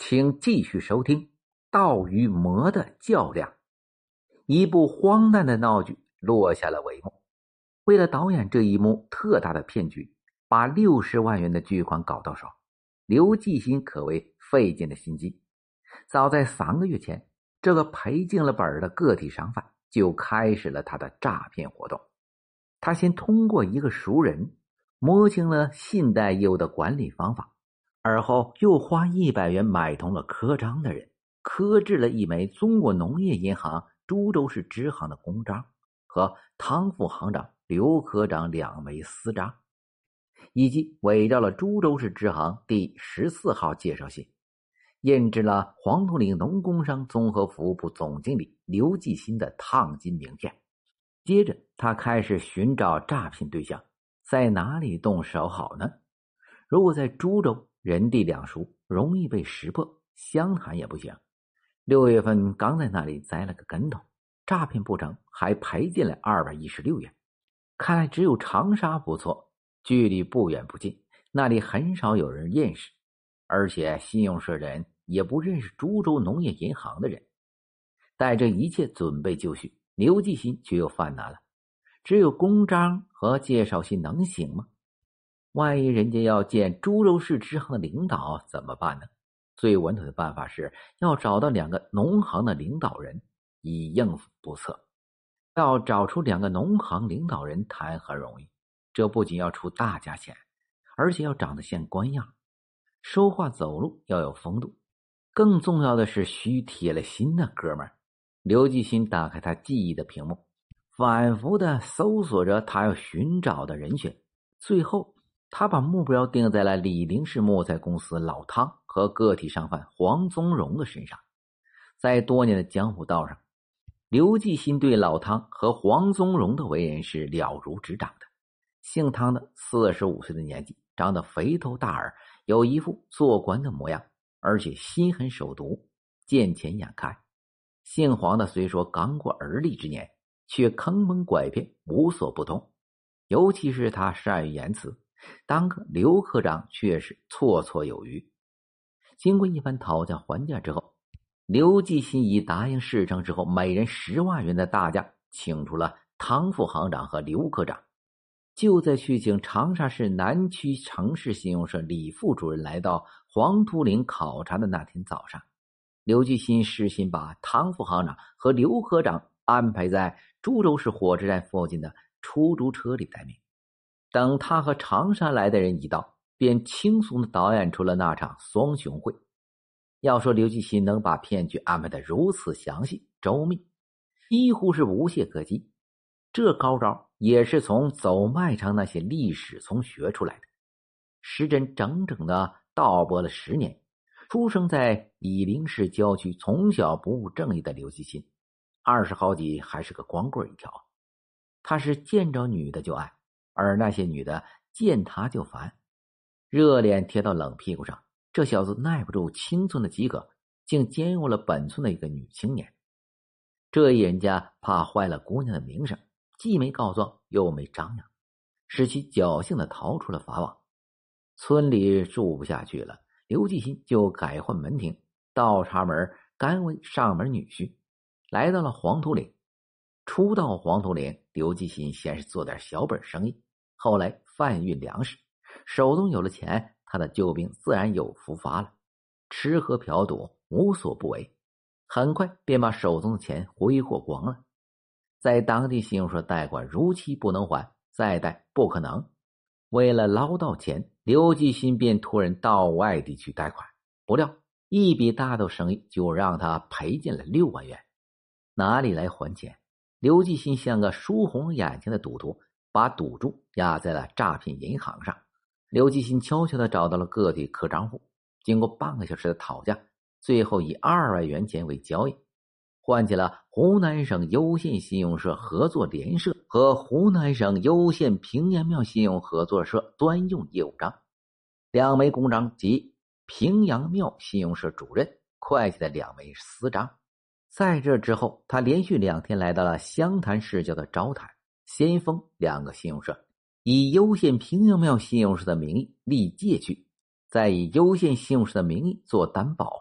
请继续收听道与魔的较量。一部荒诞的闹剧落下了帷幕。为了导演这一幕特大的骗局，把60万元的巨款搞到手，刘继新可谓费尽了心机。早在3个月前，这个赔尽了本的个体商贩就开始了他的诈骗活动。他先通过一个熟人摸清了信贷业务的管理方法，而后又花100元买通了刻章的人，刻制了一枚中国农业银行株洲市支行的公章和汤副行长刘科长2枚私章，以及伪造了株洲市支行第14号介绍信，印制了黄土岭农工商综合服务部总经理刘继新的烫金名片。接着他开始寻找诈骗对象，在哪里动手好呢？如果在株洲，人地两熟，容易被识破，湘潭也不行。6月份刚在那里栽了个跟头，诈骗不成，还赔进来216元。看来只有长沙不错，距离不远不近，那里很少有人认识，而且信用社人也不认识株洲农业银行的人。带着一切准备就绪，刘继新却又犯难了。只有公章和介绍信能行吗？万一人家要见株洲市支行的领导怎么办呢？最稳妥的办法是要找到2个农行的领导人，以应付不测。要找出2个农行领导人谈何容易，这不仅要出大价钱，而且要长得像官样，说话走路要有风度，更重要的是需铁了心的哥们儿。刘继新打开他记忆的屏幕，反复的搜索着他要寻找的人选，最后他把目标定在了李林市木材公司老汤和个体商贩黄宗荣的身上。在多年的江湖道上，刘继新对老汤和黄宗荣的为人是了如指掌的。姓汤的45岁的年纪，长得肥头大耳，有一副做官的模样，而且心狠手毒，见钱眼开。姓黄的虽说刚过而立之年，却坑蒙拐骗，无所不通，尤其是他善于言辞，当个刘科长却是绰绰有余。经过一番讨价还价之后，刘继新以答应事成之后每人10万元的大价请出了汤副行长和刘科长。就在去请长沙市南区城市信用社李副主任来到黄土岭考察的那天早上，刘继新事先把汤副行长和刘科长安排在株洲市火车站附近的出租车里待命。等他和长沙来的人一到，便轻松地导演出了那场双雄会。要说刘继新能把骗局安排得如此详细周密，几乎是无懈可击。这高招也是从走卖场那些历史从学出来的。时针整整的倒拨了10年，出生在颐陵市郊区，从小不务正业的刘继新，20好几还是个光棍一条。他是见着女的就爱，而那些女的见他就烦，热脸贴到冷屁股上。这小子耐不住青春的饥渴，竟奸入了本村的一个女青年。这一人家怕坏了姑娘的名声，既没告状又没张扬，使其侥幸的逃出了法网。村里住不下去了，刘继新就改换门庭，倒插门甘为上门女婿，来到了黄土岭。初到黄土岭，刘继新先是做点小本生意，后来贩运粮食，手中有了钱，他的救兵自然有福发了，吃喝嫖赌无所不为，很快便把手中的钱挥霍光了。在当地信用社贷款如期不能还，再贷不可能。为了捞到钱，刘继新便托人到外地去贷款，不料一笔大头生意就让他赔进了6万元。哪里来还钱？刘继新像个输红眼睛的赌徒，把赌注压在了诈骗银行上。刘继新悄悄地找到了个体刻章户，经过半个小时的讨价，最后以2万元钱为交易，换起了湖南省优信信用社合作联社和湖南省优信平阳庙信用合作社专用业务章，2枚公章及平阳庙信用社主任、会计的2枚私章。在这之后，他连续2天来到了湘潭市郊的昭潭、先锋2个信用社，以优信平阳庙信用社的名义立借据，再以优信信用社的名义做担保，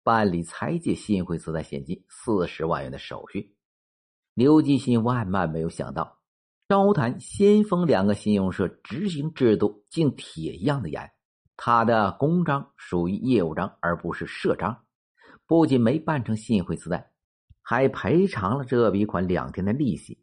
办理裁借信汇磁带现金40万元的手续。刘继新万万没有想到，昭坛先锋2个信用社执行制度竟铁一样的严。他的公章属于业务章而不是社章，不仅没办成信汇磁带，还赔偿了这笔款2天的利息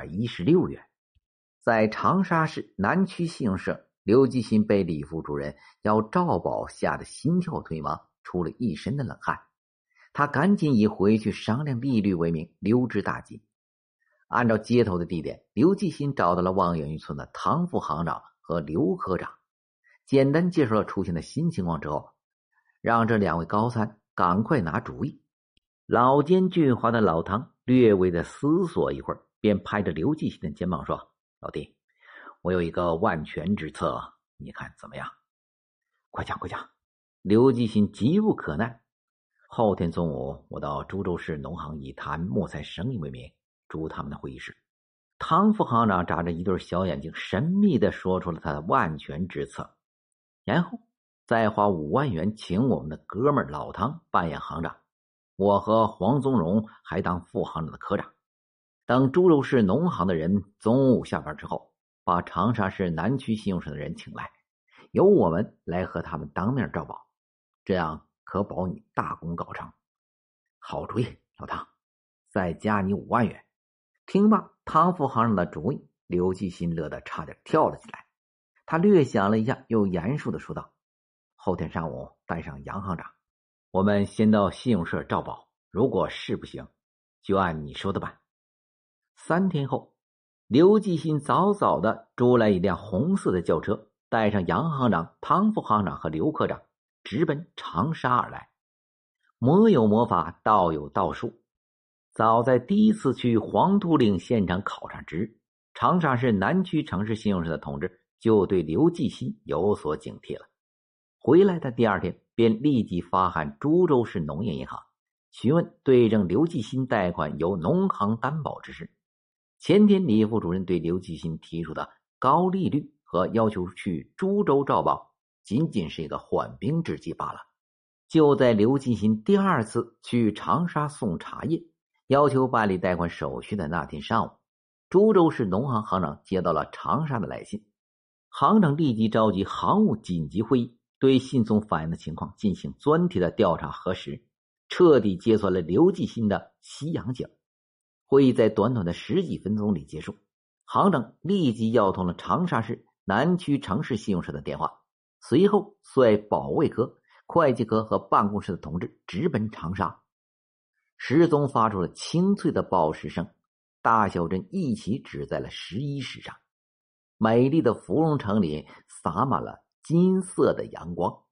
216元。在长沙市南区信用社，刘继新被李副主任要照保吓得心跳推麻，出了一身的冷汗。他赶紧以回去商量利率为名溜之大吉。按照接头的地点，刘继新找到了望园峪村的唐副行长和刘科长，简单介绍了出现的新情况之后，让这2位高参赶快拿主意。老奸巨猾的老唐略微的思索一会儿，便拍着刘继新的肩膀说：“老弟，我有一个万全之策，你看怎么样？”“快讲快讲！”刘继新急不可耐。“后天中午，我到株洲市农行以谈木材生意为名，住他们的会议室。”唐副行长眨着一对小眼睛，神秘地说出了他的万全之策，然后再花5万元请我们的哥们老唐扮演行长，我和黄宗荣还当副行长的科长。等株洲市农行的人中午下班之后，把长沙市南区信用社的人请来，由我们来和他们当面照保，这样可保你大功告成。”“好主意，老唐，再加你5万元。”听罢唐副行长的主意，刘继新乐得差点跳了起来。他略想了一下，又严肃地说道：“后天上午带上杨行长，我们先到信用社照保，如果是不行，就按你说的办。”3天后，刘继新早早的租来一辆红色的轿车，带上杨行长、唐副行长和刘科长，直奔长沙而来。魔有魔法，道有道术。早在第一次去黄土岭现场考察之日，长沙市南区城市信用社的同志就对刘继新有所警惕了。回来的第2天，便立即发函株洲市农业银行，询问对证刘继新贷款由农行担保之事。前天李副主任对刘继新提出的高利率和要求去株洲照保，仅仅是一个缓兵之计罢了。就在刘继新第2次去长沙送茶叶，要求办理贷款手续的那天上午，株洲市农行行长接到了长沙的来信。行长立即召集行务紧急会议，对信中反映的情况进行专题的调查核实，彻底揭穿了刘继新的西洋脚。会议在短短的10几分钟里结束，行长立即要通了长沙市南区城市信用社的电话，随后率保卫科、会计科和办公室的同志直奔长沙。时钟发出了清脆的报时声，大小阵一起指在了11时上。美丽的芙蓉城里洒满了金色的阳光。